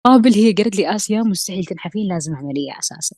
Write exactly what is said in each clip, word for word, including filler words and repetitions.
قابل هي قالت لي آسيا مستحيل تنحفين، لازم عملية أساسا.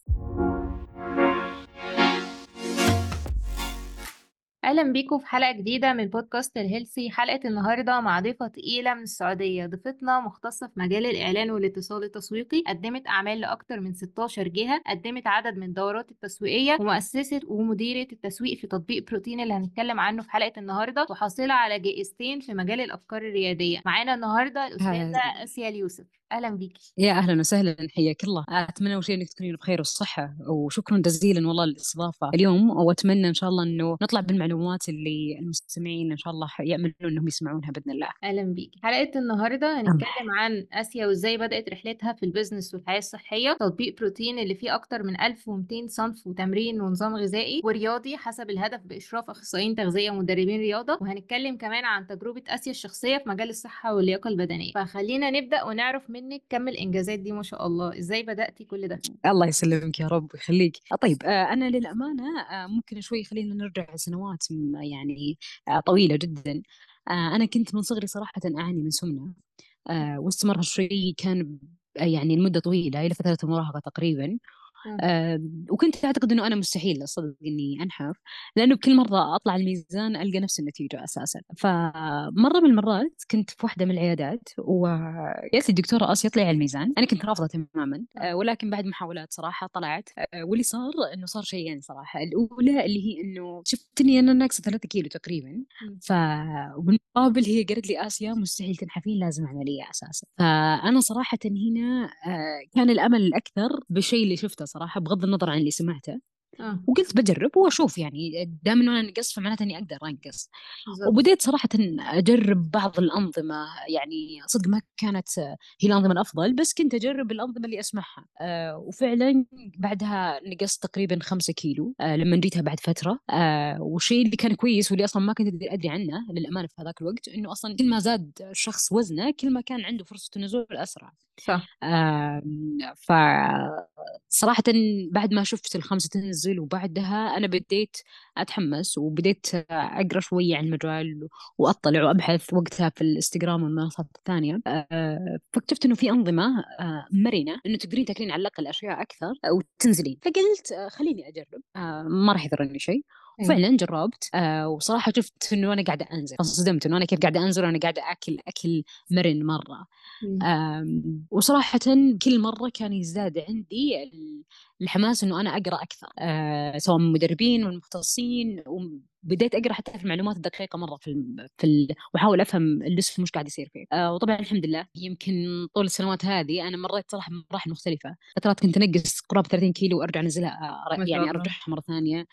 أهلا بيكم في حلقة جديدة من بودكاست الهيلسي. حلقة النهاردة مع ضيفة تقيلة من السعودية. ضيفتنا مختصة في مجال الإعلان والاتصال التسويقي، قدمت أعمال لأكتر من ستاشر جهة، قدمت عدد من الدورات التسويقية، ومؤسسة ومديرة التسويق في تطبيق بروتين اللي هنتكلم عنه في حلقة النهاردة، وحاصلة على جائزتين في مجال الأفكار الريادية. معانا النهاردة الأستاذة ها- آسيا اليوسف. أهلا بيكي. يا أهلا وسهلا، حياك الله. أتمنى أول شيء إنك تكونين بخير والصحة، وشكرا جزيلا والله للاستضافة اليوم. وأتمنى إن شاء الله إنه نطلع بالمعلومات اللي المستمعين إن شاء الله يأملون إنهم يسمعونها بإذن الله. اهلا بيكي. حلقة النهاردة أم. هنتكلم عن آسيا وازاي بدأت رحلتها في البيزنس والحياة الصحية. تطبيق بروتين اللي فيه اكتر من ألف ومئتين صنف وتمرين ونظام غذائي ورياضي حسب الهدف، بإشراف أخصائيين تغذية ومدربين رياضة. وهنتكلم كمان عن تجربة آسيا الشخصية في مجال الصحة واللياقة البدنية. فخلينا نبدأ ونعرف منك كم الإنجازات دي، ما شاء الله، ازاي بدأتي كل ده؟ الله يسلمك يا رب ويخليك. طيب، آه، أنا للأمانة آه، ممكن شوي خلينا نرجع سنوات م- يعني آه، طويلة جدا. آه، أنا كنت من صغري صراحة أعاني من سمنة، آه، واستمر هالشيء كان آه، يعني لمدة طويلة إلى فترة المراهقة تقريبا. مم. آه، وكنت أعتقد أنه أنا مستحيل أصدق إني أنحف، لأنه بكل مرة أطلع الميزان ألقى نفس النتيجة أساسا. فمرة من المرات كنت في واحدة من العيادات وقالت لي الدكتورة آسيا اطلعي على الميزان. أنا كنت رافضة تماما، آه، ولكن بعد محاولات صراحة طلعت. آه، واللي صار أنه صار شيئين صراحة. الأولى اللي هي أنه شفت إني أنا ناقصة ثلاثة كيلو تقريبا. مم. ف وبالمقابل هي قالت لي آسيا مستحيل تنحفين، لازم عملية أساسا. فأنا صراحة هنا آه، كان الأمل الأكثر بالشيء اللي شفته صراحة، بغض النظر عن اللي سمعته. اه، وقلت بجرب واشوف، يعني دام انه انا نقصت فمعناته اني اقدر انقص. بالظبط. وبديت صراحة اجرب بعض الانظمة، يعني صدق ما كانت هي الانظمة الافضل، بس كنت اجرب الانظمة اللي اسمعها. أه وفعلا بعدها نقصت تقريبا خمسة كيلو أه لما جيتها بعد فترة. أه والشيء اللي كان كويس واللي اصلا ما كنت ادري عنه للامانة في هذاك الوقت، انه اصلا كل ما زاد الشخص وزنه كل ما كان عنده فرصة النزول اسرع. صح. آم، فصراحة بعد ما شفت الخمسة تنزل وبعدها أنا بديت أتحمس وبديت أقرأ شوية عن المجال وأطلع وأبحث وقتها في الانستغرام والمنصات الثانية. آه، فاكتشفت إنه في أنظمة آه، مرنة، إنه تقدرين تاكلين على الأقل أشياء أكثر وتنزلين. فقلت آه، خليني أجرب، آه، ما راح يضرني شيء. ايوه. وفعلا جربت، آه وصراحة شفت انه انا قاعدة انزل، فصدمت انه انا كيف قاعدة انزل وانا قاعدة اكل اكل مرن مرة. مم. أم، وصراحة كل مرة كان يزداد عندي ال- الحماس إنه أنا أقرأ أكثر، أه سواء من مدربين والمختصين. وبديت أقرأ حتى في المعلومات الدقيقة مرة في ال في ال وأحاول أفهم الجسم وش قاعد يصير فيه. أه وطبعا الحمد لله يمكن طول السنوات هذه أنا مريت صراحة بمراحل مختلفة. فترات كنت أنقص قرابة ثلاثين كيلو وأرجع أنزلها، أر- ما شاء يعني الله. أرجعها مرة ثانية.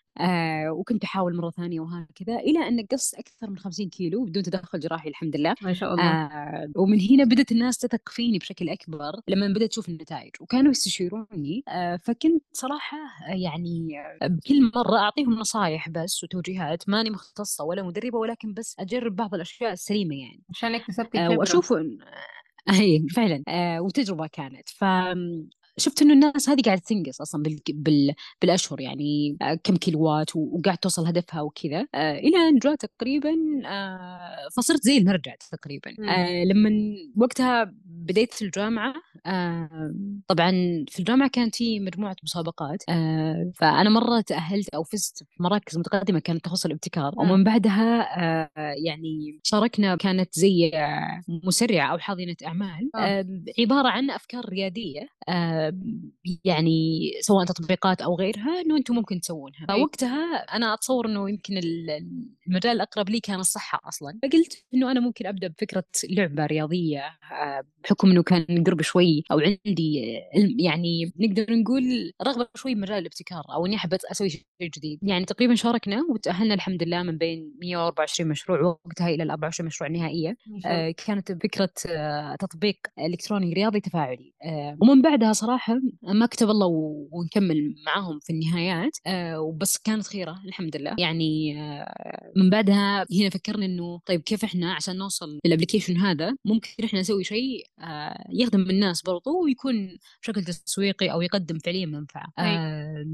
آه وكنت أحاول مرة ثانية وهكذا إلى أن نقصت أكثر من خمسين كيلو بدون تدخل جراحي الحمد لله. ما شاء الله. آه ومن هنا بدأت الناس تثق فيني بشكل أكبر لما بدأت تشوف النتائج، وكانوا يستشيروني. آه فكنت صراحة آه، يعني آه، بكل مرة أعطيهم نصايح بس وتوجيهات، ماني مختصة ولا مدربة، ولكن بس أجرب بعض الأشياء السليمة يعني. عشان اكتسبتي آه خبرة. وأشوف إن- هي فعلا آه وتجربة كانت. ف شفت انه الناس هذه قاعده تنقص اصلا بال... بال... بالاشهر، يعني آه، كم كيلوات، و- وقاعد توصل هدفها وكذا، آه، الى ان جاء تقريبا آه، فصرت زي المرجع تقريبا. مم. آه، لما وقتها بديت في الجامعه. آه، طبعا في الجامعه كانت في مجموعه مسابقات، آه، فانا مره تاهلت او فزت في مراكز متقدمه كانت تخص الابتكار. اه. ومن بعدها آه، يعني شاركنا، كانت زي آه، مسرعه او حاضنه اعمال، اه. آه، عباره عن افكار رياديه، آه، يعني سواء تطبيقات او غيرها، انه انتم ممكن تسوونها. ايوه. فوقتها انا اتصور انه يمكن ال- المجال الاقرب لي كان الصحه اصلا، فقلت انه انا ممكن ابدا بفكره لعبه رياضيه، آه، بحكم انه كان قرب شوي او عندي آه، علم- يعني نقدر نقول رغبه شوي بمجال الابتكار، او اني احب اسوي شيء جديد. يعني تقريبا شاركنا وتاهلنا الحمد لله من بين مئة وأربعة وعشرين مشروع وقتها الى ال أربعة وعشرين مشروع النهائيه. ما شاء الله. آه، كانت فكرة آه، تطبيق إلكتروني رياضي تفاعلي. آه، ومن بعدها صراحة ما كتب الله و- ونكمل معاهم في النهايات، آه، وبس كانت خيرة الحمد لله يعني. آه، من بعدها هنا فكرنا إنه طيب كيف إحنا عشان نوصل للأبليكيشن هذا ممكن إحنا نسوي شيء آه، يخدم الناس برضو ويكون بشكل تسويقي أو يقدم فعليا منفعة. ايوه. آه،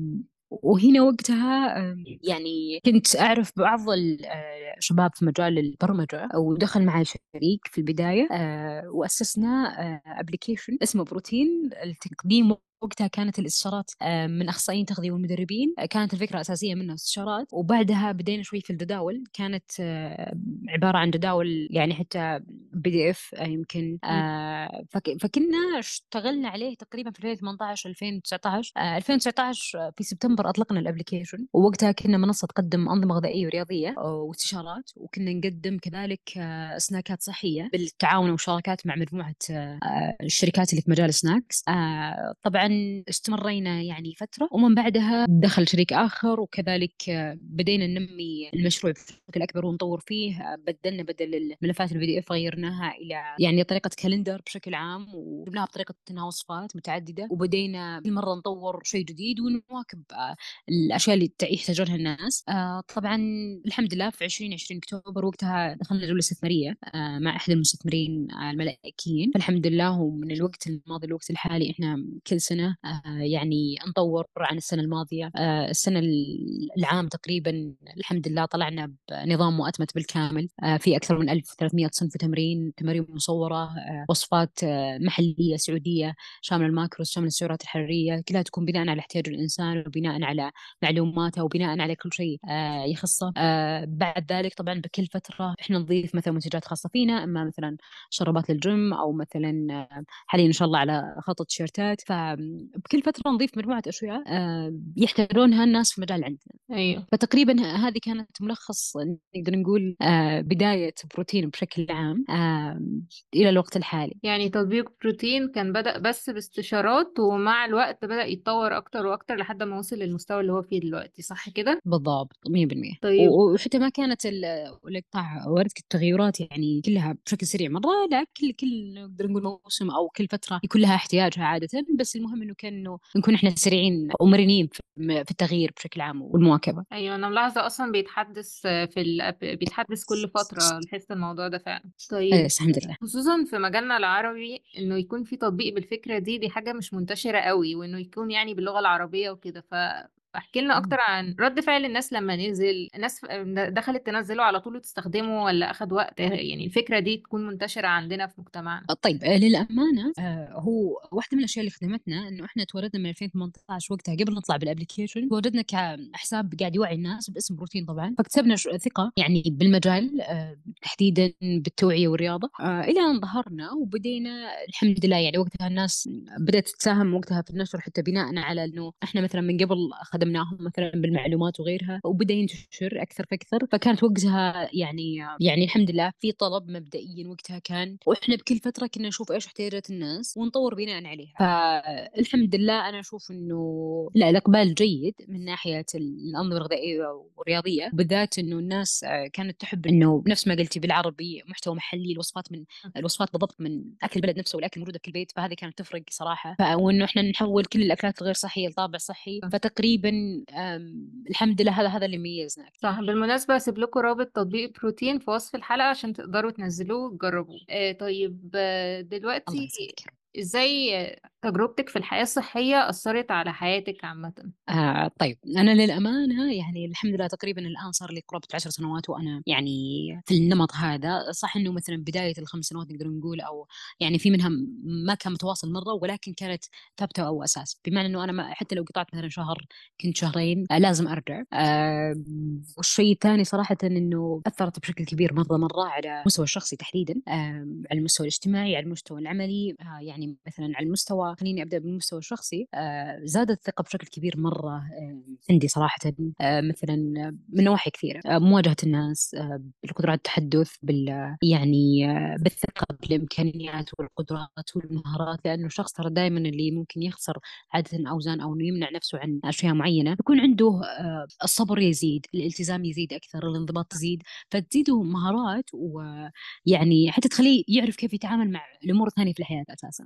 وهنا وقتها آم، يعني كنت أعرف بعض الشباب في مجال البرمجة، ودخل معي شريك في البداية، آه، وأسسنا ابلكيشن اسمه بروتين التقديم. وقتها كانت الاستشارات آه، من أخصائيين التغذية والمدربين، آه، كانت الفكرة الأساسية منها استشارات. وبعدها بدينا شوي في الجداول، كانت آه، عبارة عن جداول يعني حتى بي دي اف يمكن. مم. آه، فك- فكنا اشتغلنا عليه تقريبا في ألفين وثمانية عشر ألفين وتسعطعش. آه، ألفين وتسعطعش في سبتمبر أطلقنا الابلكيشن، ووقتها كنا منصة تقدم أنظمة غذائية ورياضية آه، واستشارات، وكنا نقدم كذلك آه، سناكات صحية بالتعاون وشراكات مع مجموعة آه، آه، الشركات اللي في مجال السناكس. آه، طبعا استمرينا يعني فترة، ومن بعدها دخل شريك آخر، وكذلك آه، بدينا ننمي المشروع بشكل أكبر ونطور فيه. آه، بدلنا بدل الملفات البي دي اف غيرناها إلى يعني طريقة كالندر بشكل عام، وجبناها بطريقة انها وصفات متعددة، وبدينا كل مرة نطور شيء جديد ونواكب آه، الأشياء اللي تع- يحتاجونها الناس. آه، طبعا الحمد لله في عشرين عشرين أكتوبر وقتها دخلنا جولة استثمارية آه، مع أحد المستثمرين آه، الملائكيين. فالحمد لله، ومن الوقت الماضي للوقت الحالي إحنا كل سنة آه، يعني نطور عن السنة الماضية. آه، السنة ال- العام تقريبا الحمد لله طلعنا بنظام مؤتمت بالكامل، آه، في أكثر من ألف وثلاثمئة صنف تمرين، تمارين مصورة، آه، وصفات آه، محلية سعودية شاملة الماكروس، شاملة السعرات الحرارية، كلها تكون بناء على احتياج الإنسان، وبناء على معلوماته، وبناء على كل شيء آه، يخصه. آه، بعد ذلك طبعا بكل فترة احنا نضيف مثلا منتجات خاصة فينا، اما مثلا شرابات للجيم، او مثلا آه، حاليا ان شاء الله على خط تيشيرتات. فبكل فترة نضيف مجموعة اشياء آه، يحتاجونها الناس في المجال عندنا. ايوه. فتقريبا ه- هذه كانت ملخص نقدر نقول آه، بداية بروتين بشكل عام آه، إلى الوقت الحالي. يعني تطبيق بروتين كان بدأ بس باستشارات، ومع الوقت بدأ يتطور اكتر واكتر لحد ما وصل للمستوى اللي هو فيه دلوقتي، صح كده؟ بالضبط مية بالمية. طيب. و- وحتى ما كانت ال- الإقطاع وردة التغيرات يعني كلها بشكل سريع مرة، لا، كل كل نقدر نقول موسم أو كل فترة يكون لها احتياجها عادة. بس المهم إنه كان إنه نكون إحنا سريعين ومرنين في في التغيير بشكل عام والمواكبة. ايوه، انا ملاحظه اصلا بيتحدث في ال... بيتحدث كل فتره، لاحظت الموضوع ده فعلا. إيه، طيب. الحمد لله. خصوصا في مجالنا العربي، انه يكون في تطبيق بالفكره دي دي حاجه مش منتشره قوي، وانه يكون يعني باللغه العربيه وكده. ف احكي لنا اكتر عن رد فعل الناس لما نزل. الناس دخلت تنزله على طول وتستخدمه، ولا اخد وقت يعني الفكره دي تكون منتشره عندنا في مجتمعنا؟ طيب آه، للأمانة آه، هو واحدة من الأشياء اللي خدمتنا إنه إحنا تواجدنا من ألفين وثمانية عشر وقتها قبل نطلع بالأبلكيشن. تواجدنا كحساب قاعد يوعي الناس باسم بروتين طبعا، فاكتسبنا ش- ثقة يعني بالمجال آه، تحديدا بالتوعية والرياضة، آه، إلى أن ظهرنا وبدينا الحمد لله. يعني وقتها الناس بدأت تساهم وقتها في النشر، حتى بناء على إنه إحنا مثلا من قبل خدمناهم مثلا بالمعلومات وغيرها، وبدأ ينتشر أكثر فأكثر. فكانت وقتها يعني يعني الحمد لله في طلب مبدئيا وقتها كان، واحنا بكل فتره كنا نشوف ايش احتياجات الناس ونطور بناء عليها. فالحمد لله انا اشوف انه لا، الاقبال جيد من ناحيه الانظمه الغذائيه والرياضيه، بالذات انه الناس آه، كانت تحب انه نفس ما قلتي بالعربي محتوى محلي، الوصفات من الوصفات بالضبط من اكل البلد نفسه والاكل موجوده في البيت. فهذه كانت تفرق صراحه. ف- وانه احنا نحول كل الاكلات الغير صحيه لطابع صحي. فتقريبا آم، الحمد لله هذا هذا اللي ميزنا. صح. بالمناسبة هسيب لكم رابط تطبيق بروتين في وصف الحلقة عشان تقدروا تنزلوه وتجربوه. آه طيب، آه الله دلوقتي يسعدك. ازاي آه، تجربتك في الحياة الصحية أثرت على حياتك عامة؟ آه طيب، أنا للأمانة يعني الحمد لله تقريبا الآن صار لي قرابة عشر سنوات وأنا يعني في النمط هذا. صح إنه مثلا بداية الخمس سنوات نقدر نقول، أو يعني في منها م- ما كان متواصل مرة، ولكن كانت ثابتة أو أساس. بمعنى إنه أنا ما حتى لو قطعت مثلا شهر، كنت شهرين، آه لازم أرجع. آه والشيء الثاني صراحة إنه أثرت بشكل كبير مرة مرة على المستوى الشخصي تحديدا، آه على المستوى الاجتماعي، على المستوى العملي. آه يعني مثلا على المستوى، خليني أبدأ بالمستوى الشخصي. آه زادت الثقة بشكل كبير مرة آه، عندي صراحة. آه، مثلا من نواحي كثيرة، آه، مواجهة الناس، آه، بالقدرة على التحدث بال يعني آه، بالثقة بالإمكانيات والقدرات والمهارات. لأنه الشخص ترى دائما اللي ممكن يخسر عادة أوزان أو إنه يمنع نفسه عن أشياء معينة، يكون عنده آه، الصبر يزيد، الالتزام يزيد أكثر، الانضباط تزيد. فتزيده مهارات، ويعني حتى تخليه يعرف كيف يتعامل مع الأمور الثانية في الحياة أساسا.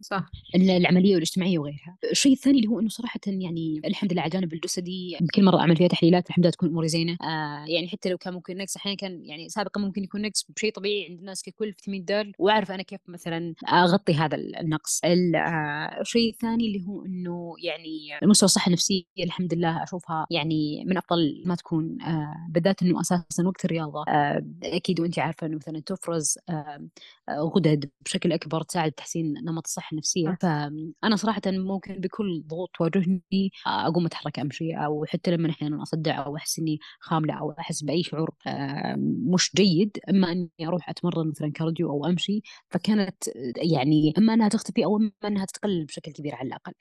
صح. العمليه والاجتماعيه وغيرها. الشيء الثاني اللي هو انه صراحه يعني الحمد لله على الجانب الجسدي كل مره اعمل فيها تحليلات الحمد لله تكون اموري زينه. آه يعني حتى لو كان ممكن نقص احيانا، كان يعني سابقا ممكن يكون نقص بشيء طبيعي عند الناس ككل فيتامين د، واعرف انا كيف مثلا اغطي هذا النقص. آه الشيء الثاني اللي هو انه يعني المستوى الصحه النفسيه الحمد لله اشوفها يعني من افضل ما تكون، آه بالذات انه اساسا وقت الرياضه آه اكيد وانت عارفه انه مثلا تفرز آه غدد بشكل أكبر تساعد تحسين نمط الصحة النفسية. فأنا صراحة ممكن بكل ضغوط تواجهني أقوم أتحرك أمشي، أو حتى لما أحيانا أصدع أو أحس إني خاملة أو أحس بأي شعور مش جيد، إما إني أروح أتمرن مثلا كارديو أو أمشي، فكانت يعني إما أنها تختفي أو إما أنها تقل بشكل كبير على الأقل.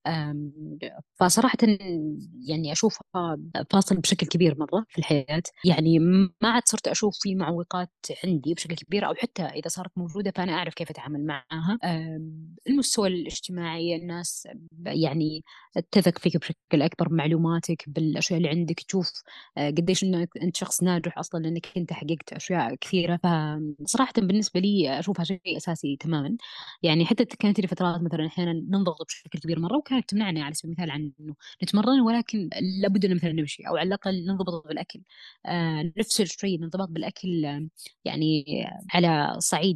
فصراحة يعني أشوفها فاصل بشكل كبير مرة في الحياة. يعني ما عاد صرت أشوف في معوقات عندي بشكل كبير، أو حتى إذا صارت موجودة فأنا أعرف كيف أتعامل معها. المستوى الاجتماعي الناس يعني تثق فيك بشكل أكبر، بمعلوماتك بالأشياء اللي عندك، تشوف قديش أنك أنت شخص ناجح أصلا لأنك أنت حققت أشياء كثيرة. فصراحة بالنسبة لي أشوفها شيء أساسي تماما. يعني حتى كانت لي فترات مثلا أحيانا ننضغط بشكل كبير مرة، وكانت تمنعني على سبيل المثال عن إنه نتمرن، ولكن لابد أن مثلا نمشي أو على الأقل ننضبط بالأكل. آه نفس الشيء الانضباط بالأكل. آه يعني على صعيد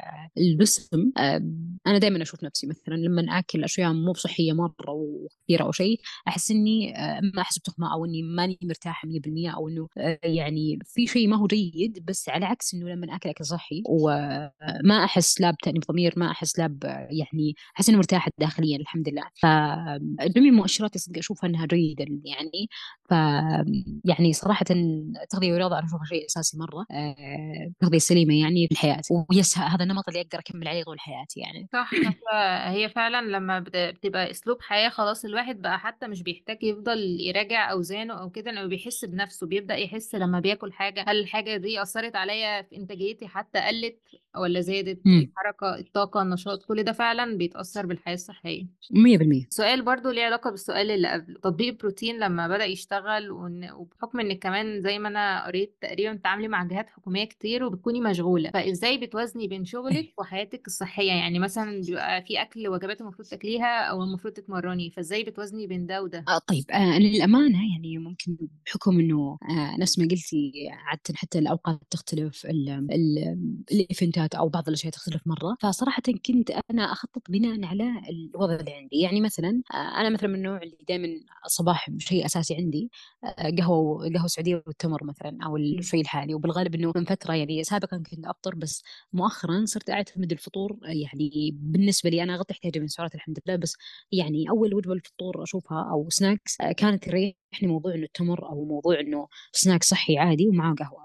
الجسم، آه أنا دائما أشوف نفسي مثلا لما آكل أشياء مو بصحية مرة وكثيرة أو شيء، أحس إني آه ما أحس بتخمة، أو إني ماني مرتاحة مية بالمية، أو إنه آه يعني في شيء ما هو جيد. بس على عكس إنه لما آكل أكل صحي وما أحس لا بتأنيب ضمير، ما أحس لا يعني أحس إني مرتاحة داخليا الحمد لله. فجميع المؤشرات صدق أشوفها أنها جيدة يعني. ف يعني صراحة التغذية والرياضة أنا أشوفها شيء أساسي مرة، آه، التغذية السليمة يعني في الحياة، ويس هذا النمط اللي أقدر أكمل عليه طول حياتي يعني. صح. هي فعلا لما بت- بتبقى اسلوب حياة خلاص، الواحد بقى حتى مش بيحتاج يفضل يراجع اوزانه او كده، انه بيحس بنفسه، بيبدأ يحس لما بياكل حاجة هل الحاجة دي اثرت عليا في انتاجيتي، حتى قلت ولا زادت، امم الحركة، الطاقة، النشاط، كل ده فعلا بيتأثر بالحياة الصحية. مية بالمية. سؤال برضو ليه علاقة بالسؤال اللي قبله، تطبيق البروتين لما بدأ يشتغل، وإن- وبحكم انك كمان زي ما انا قريت تقريبا بتتعاملي مع جهات حكومية كتير وبتكوني مشغولة، فازاي بتوازني بين شغلك وحياتك الصحية؟ يعني مثلا بيبقى في اكل وجبات المفروض تاكليها او المفروض تتمرني، فازاي بتوازني بين ده وده؟ آه طيب، آه للأمانة يعني ممكن بحكم إنه آه نفس ما قلتي عادة حتى الأوقات تختلف، ال ال الإيفنتات أو بعض الأشياء تختلف مرة. فصراحة كنت أنا أخطط بناء على الوضع اللي عندي. يعني مثلا آه أنا مثلا من النوع اللي دائما الصباح شيء أساسي عندي آه قهوة قهوة سعودية والتمر مثلا، أو الشيء الحالي. وبالغالب إنه من فترة يعني سابقا كنت أفطر، بس مؤخرا صرت أعتمد الفطور. آه، يعني بالنسبة لي أنا أغطي احتياجي من السعرات الحمد لله. بس يعني اول وجبه الفطور اشوفها او سناكس آه، كانت تريحني موضوع انه التمر، او موضوع انه سناك صحي عادي ومعاه قهوه. ف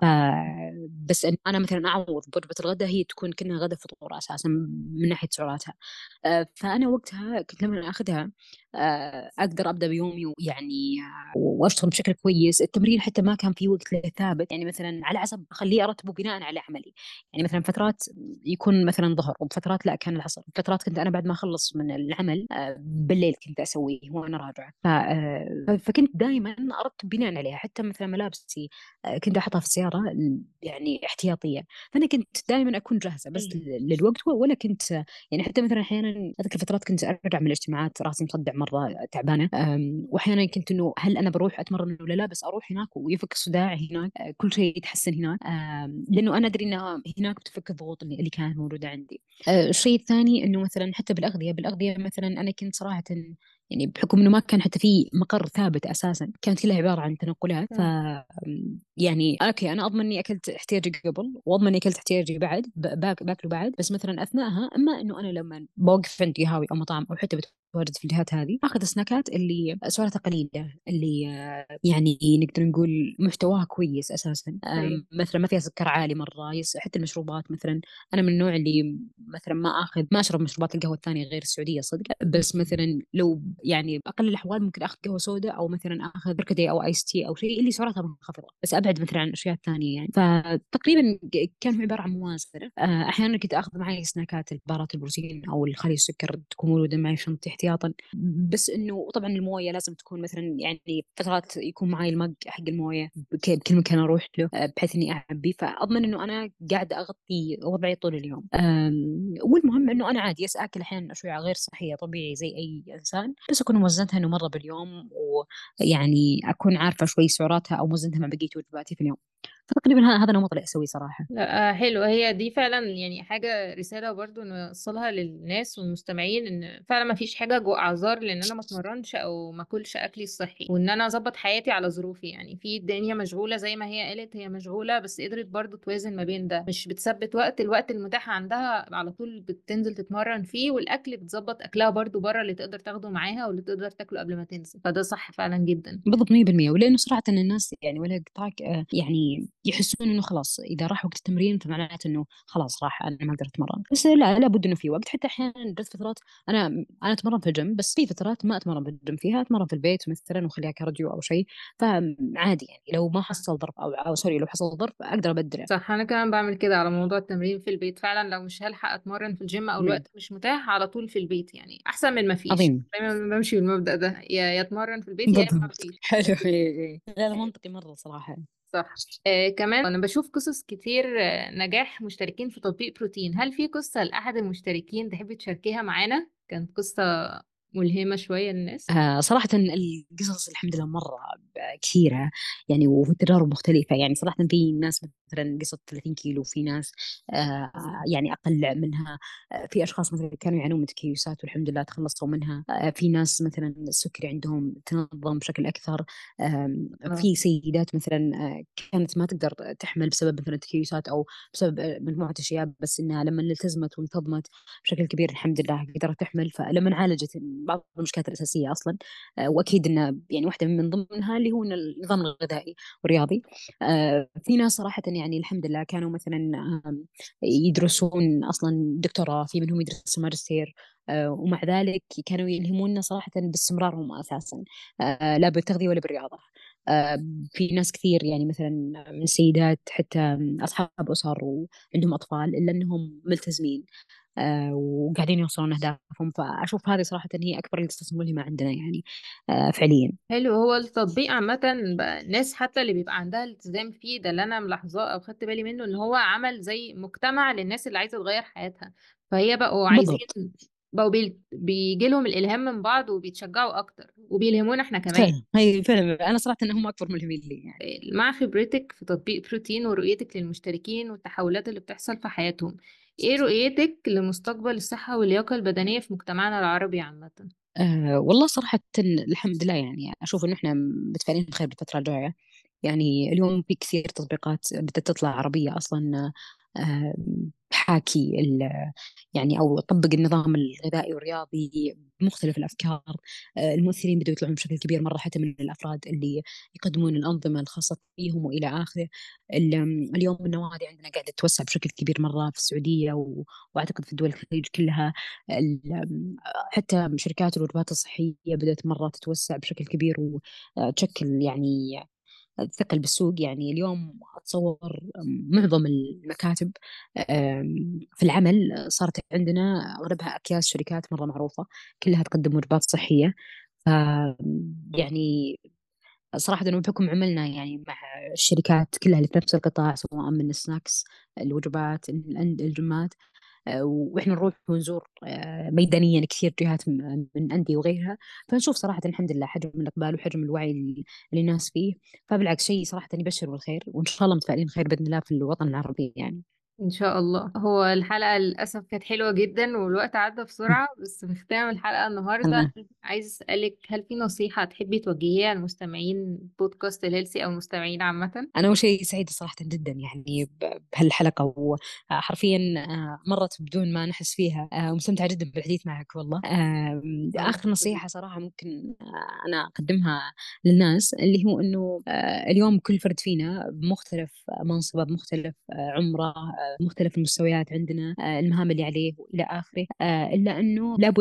بس إن انا مثلا اعوض بوجبه الغداء هي تكون كأنها غدا فطور اساسا من ناحيه سعراتها. آه، فانا وقتها كنت لما اخذها آه، اقدر ابدا بيومي ويعني آه، واشتغل بشكل كويس. التمرين حتى ما كان في وقت له ثابت، يعني مثلا على حسب اخليه ارتبه بناء على عملي. يعني مثلا فترات يكون مثلا ظهر، وفترات لا كان العصر، فترات كنت انا بعد ما اخلص من العمل آه، بالليل كنت اسويه وانا راجعه. ف... آه، فكنت دائما ارتب بناء عليها. حتى مثلا ملابسي آه، كنت احطها في السياره يعني احتياطيه. فانا كنت دائما اكون جاهزه بس لل- للوقت، ولا كنت يعني حتى مثلا احيانا اذكر فترات كنت ارجع من الاجتماعات راسي مصدع مره تعبانه، أم، واحيانا كنت انه هل انا بروح اتمرن ولا لا، بس اروح هناك ويفك الصداع هناك، أه، كل شيء يتحسن هناك. أم، لانه انا ادري انها هناك بتفك الضغوط اللي اللي كانت موجوده عندي. أه، الشيء الثاني انه مثلا حتى بالاغذيه بالاغذيه مثلا انا كنت صراحه يعني بحكم انه ما كان حتى في مقر ثابت اساسا، كانت كلها عباره عن تنقلات. ف يعني اوكي انا اضمن اني اكلت احتياجي قبل، واضمن اني اكلت احتياجي بعد، ب- باك باكله بعد. بس مثلا اثناءها اما انه انا لما بوقف عند قهاوي او مطعم او حتى بتواجد في الجهات هذه، اخذ سناكات اللي سعراتها قليله، اللي آه، يعني نقدر نقول محتواها كويس اساسا. طيب. آم، مثلا ما فيها سكر عالي مره. يس حتى المشروبات مثلا انا من النوع اللي مثلا ما اخذ ما اشرب مشروبات القهوه الثانيه غير السعوديه صدق. بس مثلا لو يعني بأقل الأحوال ممكن أخذ قهوة سوداء أو مثلا أخذ بركدي أو آيس تي أو شيء اللي سعراتها منخفضة، بس أبعد مثلا عن الأشياء الثانية يعني. فتقريبا كان هو عبارة عن موازنة. آه، أحيانا كنت أخذ معي سناكات البارات البروتين أو الخالي السكر تكون موجودة معي في شنطتي احتياطا، بس إنه طبعا الموية لازم تكون مثلا يعني فترات يكون معي المج حق الموية بك- بكل مكان أروح له، آه، بحيث إني أعبي، فأضمن إنه أنا قاعدة أغطي وضعي طول اليوم. آم، والمهم إنه أنا عادي يس آكل أحيانا أشياء غير صحية طبيعي زي أي إنسان، بس أكون موزنتها إنه مرة باليوم، ويعني أكون عارفة شوي سعراتها أو موزنتها مع بقية وجباتي في اليوم. فتقريبا ه- هذا نمط اللي أسويه صراحة. لا، آه، حلو. هي دي فعلا يعني حاجة رسالة برضو نوصلها للناس والمستمعين، ان فعلا ما فيش حاجة جو اعذار لان انا ما اتمرنش او ما اكلش اكلي الصحي، وان انا اظبط حياتي على ظروفي. يعني في الدنيا مشغولة زي ما هي قالت، هي مشغولة بس قدرت برضو توازن ما بين ده، مش بتثبت وقت، الوقت المتاح عندها على طول بتنزل تتمرن فيه، والاكل بتظبط اكلها برضو بره اللي تقدر تاخده معاها واللي تقدر تاكله قبل ما تنزل. فده صح فعلا جدا. بالضبط مية بالمية. ولأنه صراحة إن الناس يعني ولا قطعك آه، يعني يحسون إنه خلاص إذا راح وقت التمرين فمعناته إنه خلاص راح أنا ما أقدر أتمرن، بس لا، لابد إنه في وقت. حتى أحيانا جت فترات أنا أنا أتمرن في الجيم، بس في فترات ما أتمرن في الجيم فيها، أتمرن في البيت مثلا وأخليها كارديو أو شيء. فعادي يعني لو ما حصل ظرف أو, أو سوري لو حصل ظرف أقدر أبدله. صح، انا كمان بعمل كده على موضوع التمرين في البيت. فعلا لو مش هلحق اتمرن في الجيم او مم. الوقت مش متاح، على طول في البيت يعني احسن من ما فيش. عظيم. دايما بمشي بالمبدأ ده، يا يا اتمرن في البيت يا اما ما بالضبط فيش. حلو. إيه إيه. لا لا منطقي مرة صراحة. صح. آه كمان انا بشوف قصص كتير آه نجاح مشتركين في تطبيق بروتين. هل في قصة لأحد المشتركين تحبي تشاركيها معانا؟ كانت قصة ملهمة شوية للناس. آه صراحة القصص الحمد لله مرة كثيرة يعني، وفي تجارب مختلفة يعني. صراحة في ناس مثلا قصة ثلاثين كيلو، في ناس آه يعني أقل منها. آه في أشخاص مثلا كانوا يعانون من تكيسات والحمد لله تخلصوا منها. آه في ناس مثلا السكري عندهم تنظم بشكل أكثر. آه اه، في سيدات مثلا آه كانت ما تقدر تحمل بسبب مثلا التكيسات أو بسبب آه، مجموعة أشياء، بس إنها لما التزمت وانتظمت بشكل كبير الحمد لله قدرت تحمل. فلما عالجت بعض المشكلات الأساسية أصلا، آه، وأكيد إنه يعني واحدة من ضمنها اللي هو إن النظام الغذائي والرياضي. آه، في ناس صراحة يعني الحمد لله كانوا مثلا آم، يدرسون أصلا دكتوراه، في منهم يدرسوا ماجستير. آه، ومع ذلك كانوا يلهموننا صراحة باستمرارهم أساسا، آه، لا بالتغذية ولا بالرياضة. آه، في ناس كثير يعني مثلا من السيدات حتى أصحاب أسر وعندهم أطفال إلا أنهم ملتزمين، آه، وقاعدين يوصلون أهدافهم. فأشوف هذه صراحة هي أكبر القصص الملهمة عندنا يعني، آه، فعليا. حلو. هو التطبيق عامة بقى الناس حتى اللي بيبقى عندها التزام فيه ده، اللي أنا ملاحظاه أو خدت بالي منه، إن هو عمل زي مجتمع للناس اللي عايزة تغير حياتها. فهي بقوا عايزين، بالضبط. بقوا بي... بيجي لهم الإلهام من بعض وبيتشجعوا أكتر وبيلهمونا إحنا كمان. فعلا هي فعلا أنا صراحة أنهم أكبر ملهمين لي يعني. مع خبرتك في تطبيق بروتين ورؤيتك للمشتركين والتحولات اللي بتحصل في حياتهم، إيه رؤيتك لمستقبل الصحة واللياقة البدنية في مجتمعنا العربي عامة؟ أه والله صراحة الحمد لله يعني أشوف إنه إحنا متفائلين خير بالفترة الجاية. يعني اليوم في كثير تطبيقات بدأت تطلع عربية أصلا، أه حاكي ال- يعني أو تطبق النظام الغذائي والرياضي بمختلف الأفكار. أه المؤثرين بدأوا يطلعون بشكل كبير مرة، حتى من الأفراد اللي يقدمون الأنظمة الخاصة فيهم وإلى آخره. ال- اليوم النوادي عندنا قاعدة تتوسع بشكل كبير مرة في السعودية و- وأعتقد في دول الخليج كلها. ال- حتى شركات الوجبات الصحية بدأت مرة تتوسع بشكل كبير وتشكل يعني ثقل بالسوق. يعني اليوم أتصور معظم المكاتب آم، في العمل صارت عندنا أغلبها أكياس شركات مرة معروفة كلها تقدم وجبات صحية. ف يعني صراحة إنه بحكم عملنا يعني مع الشركات كلها اللي في نفس القطاع، سواء من السناكس، الوجبات، الأند- الجمات، آه، واحنا نروح ونزور آه، ميدانيا كثير جهات م- من أندية وغيرها. فنشوف صراحة الحمد لله حجم الإقبال وحجم الوعي اللي اللي الناس فيه. فبالعكس شيء صراحة يبشر بالخير، وإن شاء الله متفائلين خير بإذن الله في الوطن العربي يعني. ان شاء الله. هو الحلقة للأسف كانت حلوة جدا والوقت عدى بسرعة، بس في ختام الحلقة النهاردة أنا عايز أسألك، هل في نصيحة تحبي توجهيها لمستمعين بودكاست الهيلسي أو المستمعين عامة؟ أنا أول شيء سعيدة صراحة جدا يعني ب- بهالحلقة، وحرفيا آه، مرت بدون ما نحس فيها، آه، ومستمتعة جدا بالحديث معك والله. آم، أنا آخر نصيحة صراحة ممكن آه، أنا أقدمها للناس اللي هو إنه آه، اليوم كل فرد فينا بمختلف منصبه، بمختلف آه، عمره، آه، مختلف المستويات عندنا، آه، المهام اللي عليه وإلى آخره، آه، إلا إنه لابد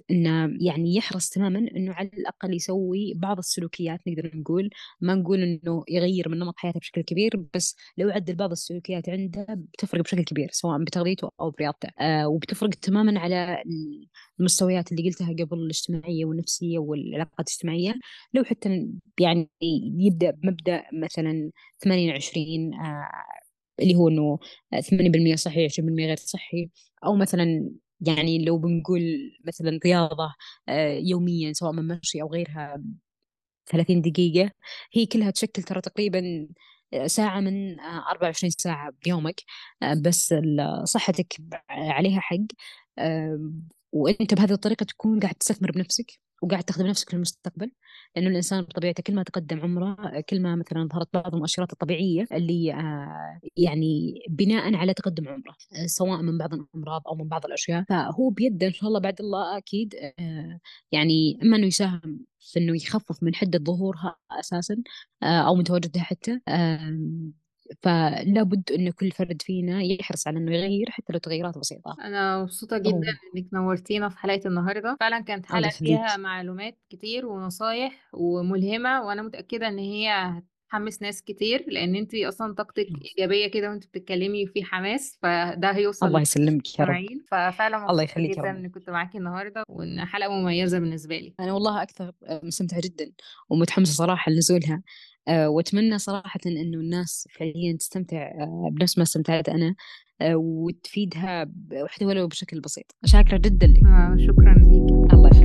انه يعني يحرص تماما انه على الاقل يسوي بعض السلوكيات، نقدر نقول ما نقول انه يغير من نمط حياته بشكل كبير، بس لو عدل بعض السلوكيات عنده بتفرق بشكل كبير سواء بتغذيته او برياضته. آه وبتفرق تماما على المستويات اللي قلتها قبل، الاجتماعيه والنفسيه والعلاقات الاجتماعيه. لو حتى يعني يبدا بمبدا مثلا ثمانين عشرين، آه اللي هو انه ثمانين بالمئة صحي عشرين بالمئة غير صحي، او مثلا يعني لو بنقول مثلا رياضة آه، يوميا سواء من مشي أو غيرها ثلاثين دقيقة، هي كلها تشكل ترى تقريبا آه، ساعة من آه، أربعة وعشرين ساعة بيومك. آه، بس ال- صحتك عليها حق. آه، وأنت بهذه الطريقة تكون قاعد تستثمر بنفسك وقاعد تخدم نفسك للمستقبل، لأنه الإنسان بطبيعته كل ما تقدم عمره كل ما مثلا ظهرت بعض المؤشرات الطبيعية اللي آه، يعني بناء على تقدم عمره، آه، سواء من بعض الأمراض أو من بعض الأشياء. فهو بيده إن شاء الله بعد الله أكيد، آه، يعني إما إنه يساهم في إنه يخفف من حدة ظهورها أساسا، آه، أو من تواجدها حتى. آم، فلا بد إن كل فرد فينا يحرص على إنه يغير حتى لو تغيرات بسيطة. انا مبسوطه جدا أوه. انك نورتينا في حلقه النهارده، فعلا كانت الله حلقه فيها يخليك. معلومات كتير ونصايح وملهمه، وانا متاكده ان هي هتحمس ناس كتير، لان انتي اصلا طاقتك ايجابيه كده وانت بتتكلمي في حماس، فده هيوصل الله يسلمك يا رب. للمستمعين. ففعلا الله مبسوطه يخليك يا جدا رب. اني كنت معاكي النهارده، وان حلقه مميزه بالنسبه لي. أنا والله أكثر مستمتعة جدا ومتحمسة صراحة لنزولها. أه وأتمنى صراحة إنه الناس فعليا تستمتع أه بنفس ما استمتعت أنا، أه وتفيدها ب- حتى ولو بشكل بسيط. شاكرة جدا لك. آه، شكرا ليكي. الله يخليك.